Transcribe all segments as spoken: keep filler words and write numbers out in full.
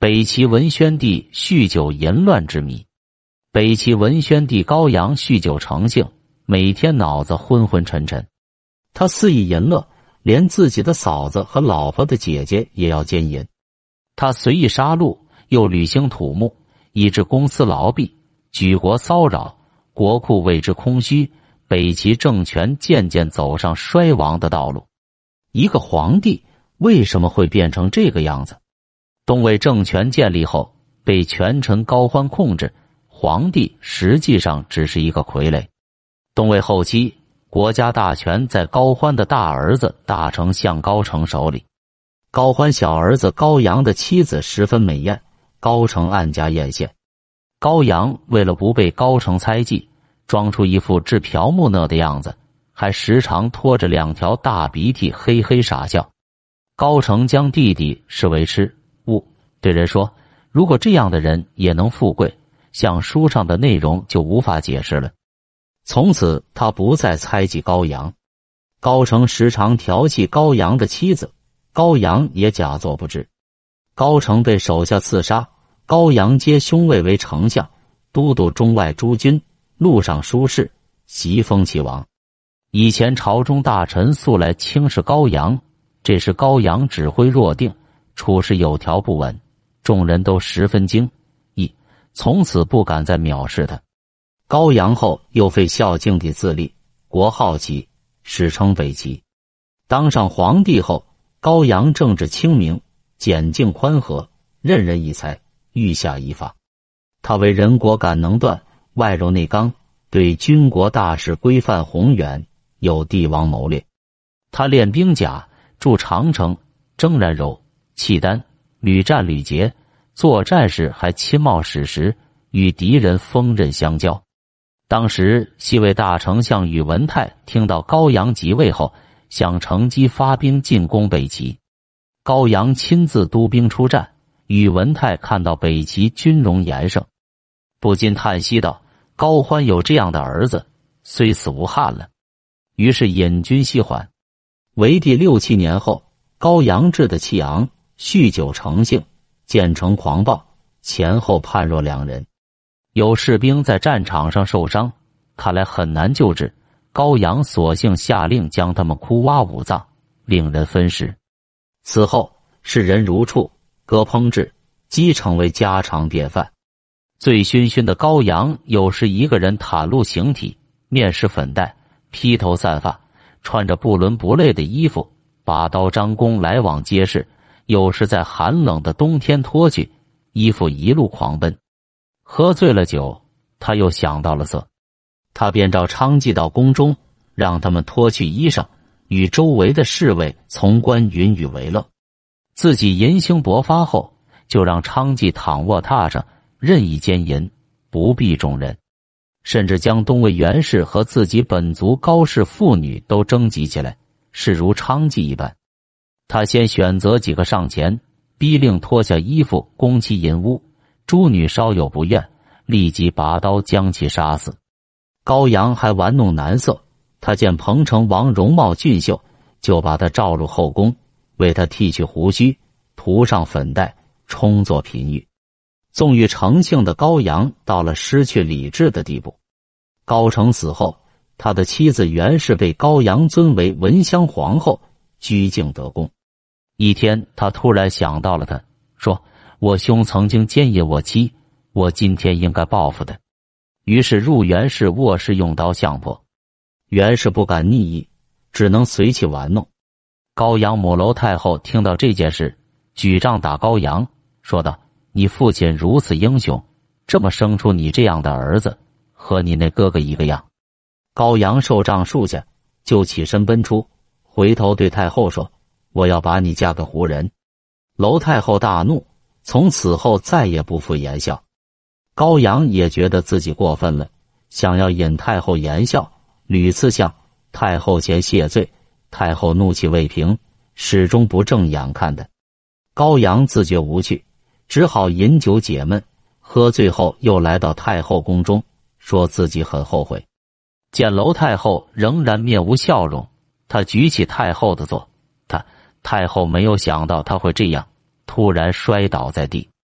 北齐文宣帝酗酒淫乱之谜。北齐文宣帝高阳酗酒成性，每天脑子昏昏沉沉。他肆意淫乐，连自己的嫂子和老婆的姐姐也要奸淫。他随意杀戮，又履行土木，以致公私劳弊，举国骚扰，国库为之空虚。北齐政权渐渐走上衰亡的道路。一个皇帝为什么会变成这个样子？东魏政权建立后，被权臣高欢控制，皇帝实际上只是一个傀儡。东魏后期，国家大权在高欢的大儿子大丞相高澄手里。高欢小儿子高阳的妻子十分美艳，高澄暗加艳羡。高阳为了不被高澄猜忌，装出一副治朴木讷的样子，还时常拖着两条大鼻涕嘿嘿傻笑。高澄将弟弟视为痴物，对人说，如果这样的人也能富贵，像书上的内容就无法解释了。从此他不再猜忌高阳。高澄时常调戏高阳的妻子，高阳也假作不知。高澄被手下刺杀，高阳接兄位为丞相，都督中外诸军，录上书事，袭封齐王。以前朝中大臣素来轻视高阳，这时高阳指挥若定，处事有条不紊，众人都十分惊异，从此不敢再藐视他。高阳后又废孝敬帝自立，国号齐，史称北齐。当上皇帝后，高阳政治清明，简净宽和，任人一才，欲下一法。他为人果敢能断，外柔内刚，对军国大事规范宏远，有帝王谋略。他练兵甲，筑长城，征冉柔，契丹，屡战屡捷，作战时还亲冒矢石，与敌人锋刃相交。当时西魏大丞相宇文泰听到高阳即位后，想乘机发兵进攻北齐。高阳亲自督兵出战，宇文泰看到北齐军容严盛，不禁叹息道，高欢有这样的儿子，虽死无憾了。于是引军西还。为帝六七年后，高阳志的气昂，酗酒成性，渐成狂暴，前后判若两人。有士兵在战场上受伤，看来很难救治，高阳索性下令将他们哭挖五脏，令人分食。此后视人如畜，割烹制，鸡成为家常便饭。醉醺醺的高阳有时一个人袒露形体，面施粉黛，披头散发，穿着不伦不类的衣服，把刀张弓来往街市，有时在寒冷的冬天脱去衣服一路狂奔。喝醉了酒，他又想到了色，他便召娼妓到宫中，让他们脱去衣裳，与周围的侍卫从官云雨为乐。自己淫行勃发后，就让娼妓躺卧榻上任意奸淫，不避众人，甚至将东魏元氏和自己本族高氏妇女都征集起来，视如娼妓一般。他先选择几个上前，逼令脱下衣服供其淫污，诸女稍有不愿，立即拔刀将其杀死。高阳还玩弄男色，他见彭城王容貌俊秀，就把他召入后宫，为他剃去胡须，涂上粉黛，充作嫔御。纵欲成性的高阳到了失去理智的地步。高澄死后，他的妻子袁氏被高阳尊为文襄皇后，居敬得宫。一天他突然想到了他，说，我兄曾经奸淫我妻，我今天应该报复他。于是入袁氏卧室用刀相破。袁氏不敢逆意，只能随其玩弄。高阳母娄太后听到这件事，举杖打高阳，说道，你父亲如此英雄，这么生出你这样的儿子，和你那哥哥一个样。高阳受杖数下，就起身奔出，回头对太后说，我要把你嫁给胡人。娄太后大怒，从此后再也不复言笑。高阳也觉得自己过分了，想要引太后言笑，屡次向太后前谢罪，太后怒气未平，始终不正眼看他。高阳自觉无趣，只好饮酒解闷，喝醉后又来到太后宫中，说自己很后悔。见娄太后仍然面无笑容，他举起太后的座，他太后没有想到他会这样，突然摔倒在地。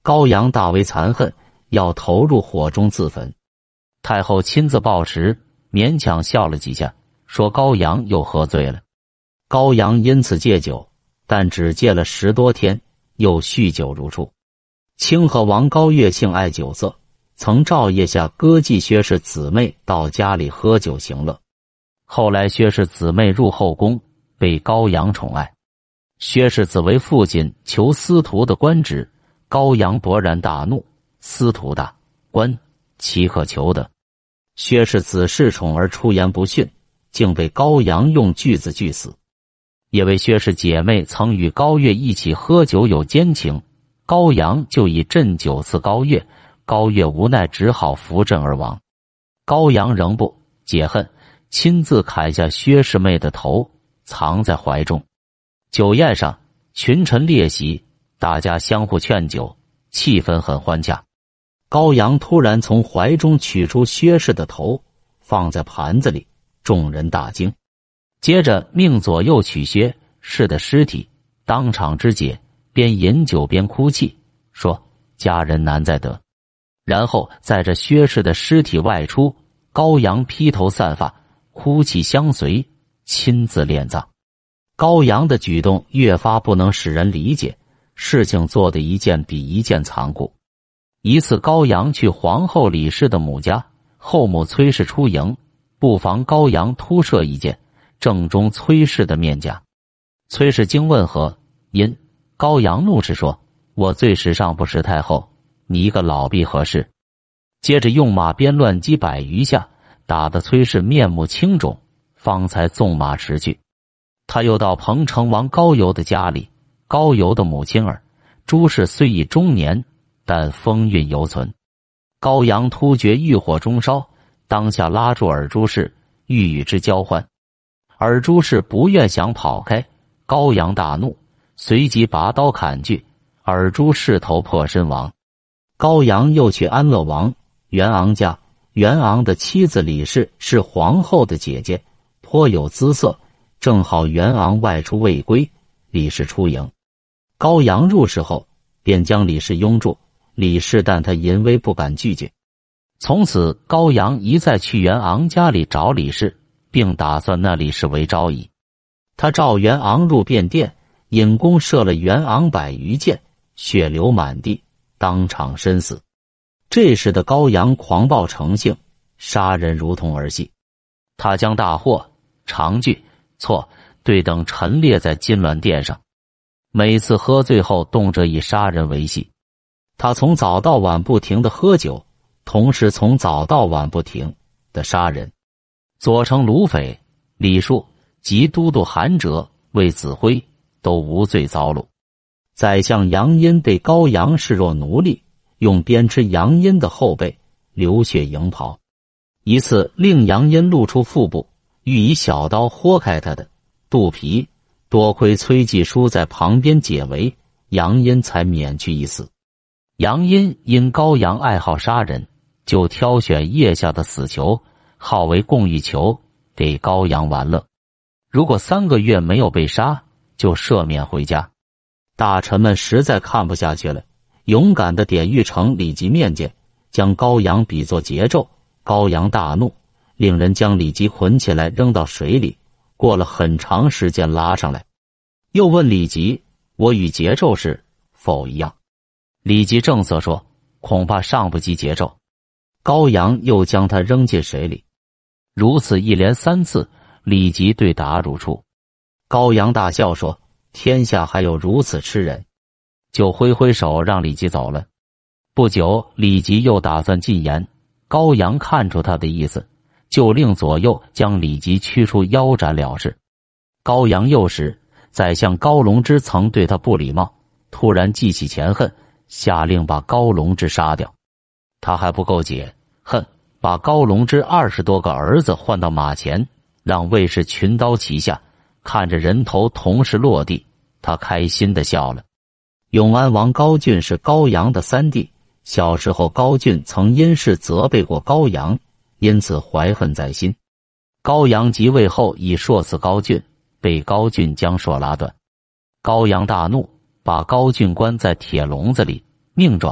高阳大为残恨，要投入火中自焚。太后亲自抱持，勉强笑了几下，说高阳又喝醉了。高阳因此戒酒，但只戒了十多天，又酗酒如初。清河王高岳性爱酒色，曾照腋下歌妓薛氏姊妹到家里喝酒行乐。后来薛氏姊妹入后宫，被高阳宠爱。薛氏子为父亲求司徒的官职，高阳勃然大怒，司徒大官岂可求得？薛氏子恃宠而出言不逊，竟被高阳用锯子锯死。因为薛氏姐妹曾与高岳一起喝酒有奸情，高阳就以鸩酒刺高岳，高岳无奈只好扶鸩而亡。高阳仍不解恨，亲自砍下薛氏妹的头，藏在怀中。酒宴上，群臣列席，大家相互劝酒，气氛很欢洽。高阳突然从怀中取出薛氏的头，放在盘子里，众人大惊。接着命左右取薛氏的尸体，当场肢解，边饮酒边哭泣，说家人难再得。然后载着薛氏的尸体外出，高阳披头散发，哭泣相随，亲自殓葬。高阳的举动越发不能使人理解，事情做得一件比一件残酷。一次高阳去皇后李氏的母家，后母崔氏出迎，不妨高阳突射一箭，正中崔氏的面颊。崔氏惊问何因，高阳怒斥说：我罪时尚不识太后，你一个老婢何事？接着用马鞭乱击百余下，打得崔氏面目青肿，方才纵马驰去。他又到彭城王高邮的家里，高邮的母亲儿朱氏虽已中年，但风韵犹存。高阳突觉欲火中烧，当下拉住尔朱氏，欲与之交欢。尔朱氏不愿想跑开，高阳大怒，随即拔刀砍去，尔朱氏头破身亡。高阳又去安乐王袁昂家，袁昂的妻子李氏是皇后的姐姐，颇有姿色，正好袁昂外出未归，李氏出迎。高阳入室后，便将李氏拥住，李氏但他淫威不敢拒绝。从此高阳一再去袁昂家里找李氏，并打算那李氏为招矣。他召袁昂入便殿，引弓射了袁昂百余箭，血流满地，当场身死。这时的高阳狂暴成性，杀人如同儿戏。他将大货、长锯、错、对等陈列在金銮殿上，每次喝醉后动辄以杀人为戏。他从早到晚不停的喝酒，同时从早到晚不停的杀人。左丞卢斐、李树及都督韩哲、魏子辉都无罪遭戮。宰相杨殷被高阳视若奴隶，用鞭笞杨殷的后背，流血盈袍。一次令杨殷露出腹部，欲以小刀豁开他的肚皮，多亏崔继书在旁边解围，杨殷才免去一死。杨殷因高阳爱好杀人，就挑选腋下的死囚，号为共玉囚，给高阳玩乐。如果三个月没有被杀，就赦免回家。大臣们实在看不下去了，勇敢的典狱丞李吉面见，将高阳比作桀纣。高阳大怒，令人将李吉捆起来扔到水里，过了很长时间拉上来。又问李吉：我与桀纣是否一样？李吉正色说：恐怕尚不及桀纣。高阳又将他扔进水里。如此一连三次，李吉对答如初。高阳大笑说：天下还有如此痴人，就挥挥手让李吉走了。不久，李吉又打算进言，高阳看出他的意思，就令左右将李吉驱出腰斩了事。高阳幼时，宰相高龙之曾对他不礼貌，突然记起前恨，下令把高龙之杀掉。他还不够解恨，把高龙之二十多个儿子唤到马前，让卫士群刀齐下，看着人头同时落地，他开心地笑了。永安王高峻是高阳的三弟，小时候高峻曾因事责备过高阳，因此怀恨在心。高阳即位后以槊刺高峻，被高峻将槊拉断。高阳大怒，把高峻关在铁笼子里，命状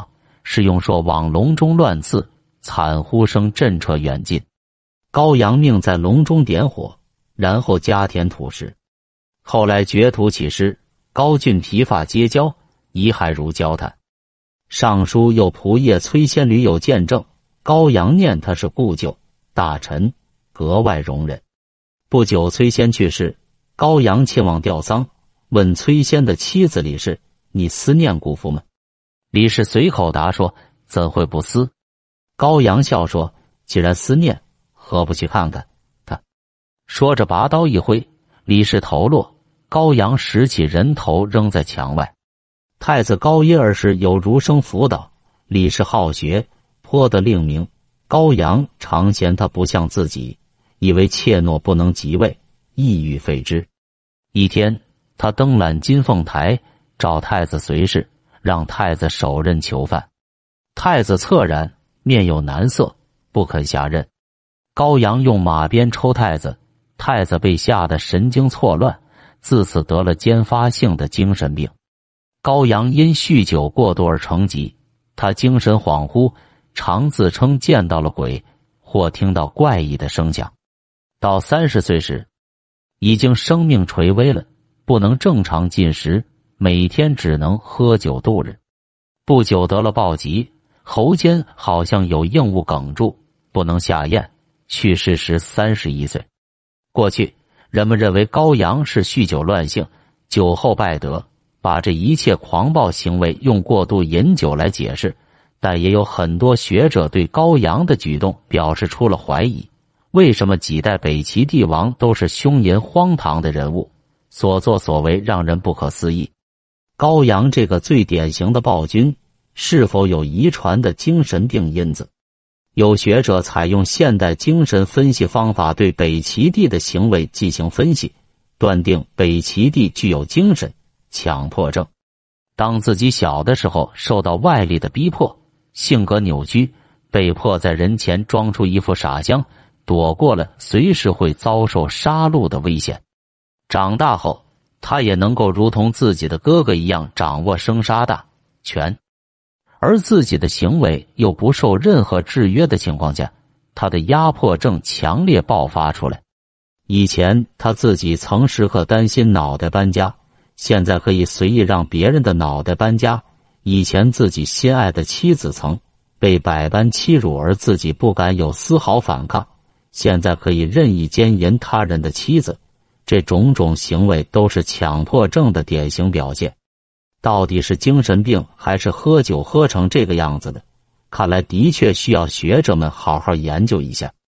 是用说往笼中乱刺，惨呼声震彻远近。高阳命在笼中点火，然后加填土石。后来掘土起尸，高峻皮发皆焦，遗骸如焦炭。尚书右仆射崔仙驴有见证，高阳念他是故旧大臣，格外容忍。不久崔仙去世，高阳前往吊丧，问崔仙的妻子李氏：“你思念姑父吗？”李氏随口答说：“怎会不思？”高阳笑说：“既然思念，何不去看看他？”说着拔刀一挥，李氏头落，高阳拾起人头扔在墙外。太子高耶二世有儒生辅导，李氏好学，颇得令名。高阳常嫌他不像自己，以为怯懦不能即位，意欲废之。一天，他登览金凤台，召太子随侍，让太子手刃囚犯。太子恻然，面有难色，不肯下任。高阳用马鞭抽太子，太子被吓得神经错乱，自此得了间发性的精神病。高阳因酗酒过度而成疾，他精神恍惚，常自称见到了鬼，或听到怪异的声响。到三十岁时，已经生命垂危了，不能正常进食，每天只能喝酒度日。不久得了暴疾，喉间好像有硬物哽住，不能下咽，去世时三十一岁。过去人们认为高阳是酗酒乱性，酒后败德，把这一切狂暴行为用过度饮酒来解释，但也有很多学者对高阳的举动表示出了怀疑。为什么几代北齐帝王都是凶淫荒唐的人物，所作所为让人不可思议？高阳这个最典型的暴君，是否有遗传的精神病因子？有学者采用现代精神分析方法对北齐帝的行为进行分析，断定北齐帝具有精神强迫症。当自己小的时候受到外力的逼迫，性格扭曲，被迫在人前装出一副傻相，躲过了随时会遭受杀戮的危险。长大后，他也能够如同自己的哥哥一样掌握生杀大权，而自己的行为又不受任何制约的情况下，他的压迫症强烈爆发出来。以前他自己曾时刻担心脑袋搬家，现在可以随意让别人的脑袋搬家。以前自己心爱的妻子曾被百般欺辱，而自己不敢有丝毫反抗，现在可以任意奸淫他人的妻子。这种种行为都是强迫症的典型表现。到底是精神病还是喝酒喝成这个样子的？看来的确需要学者们好好研究一下。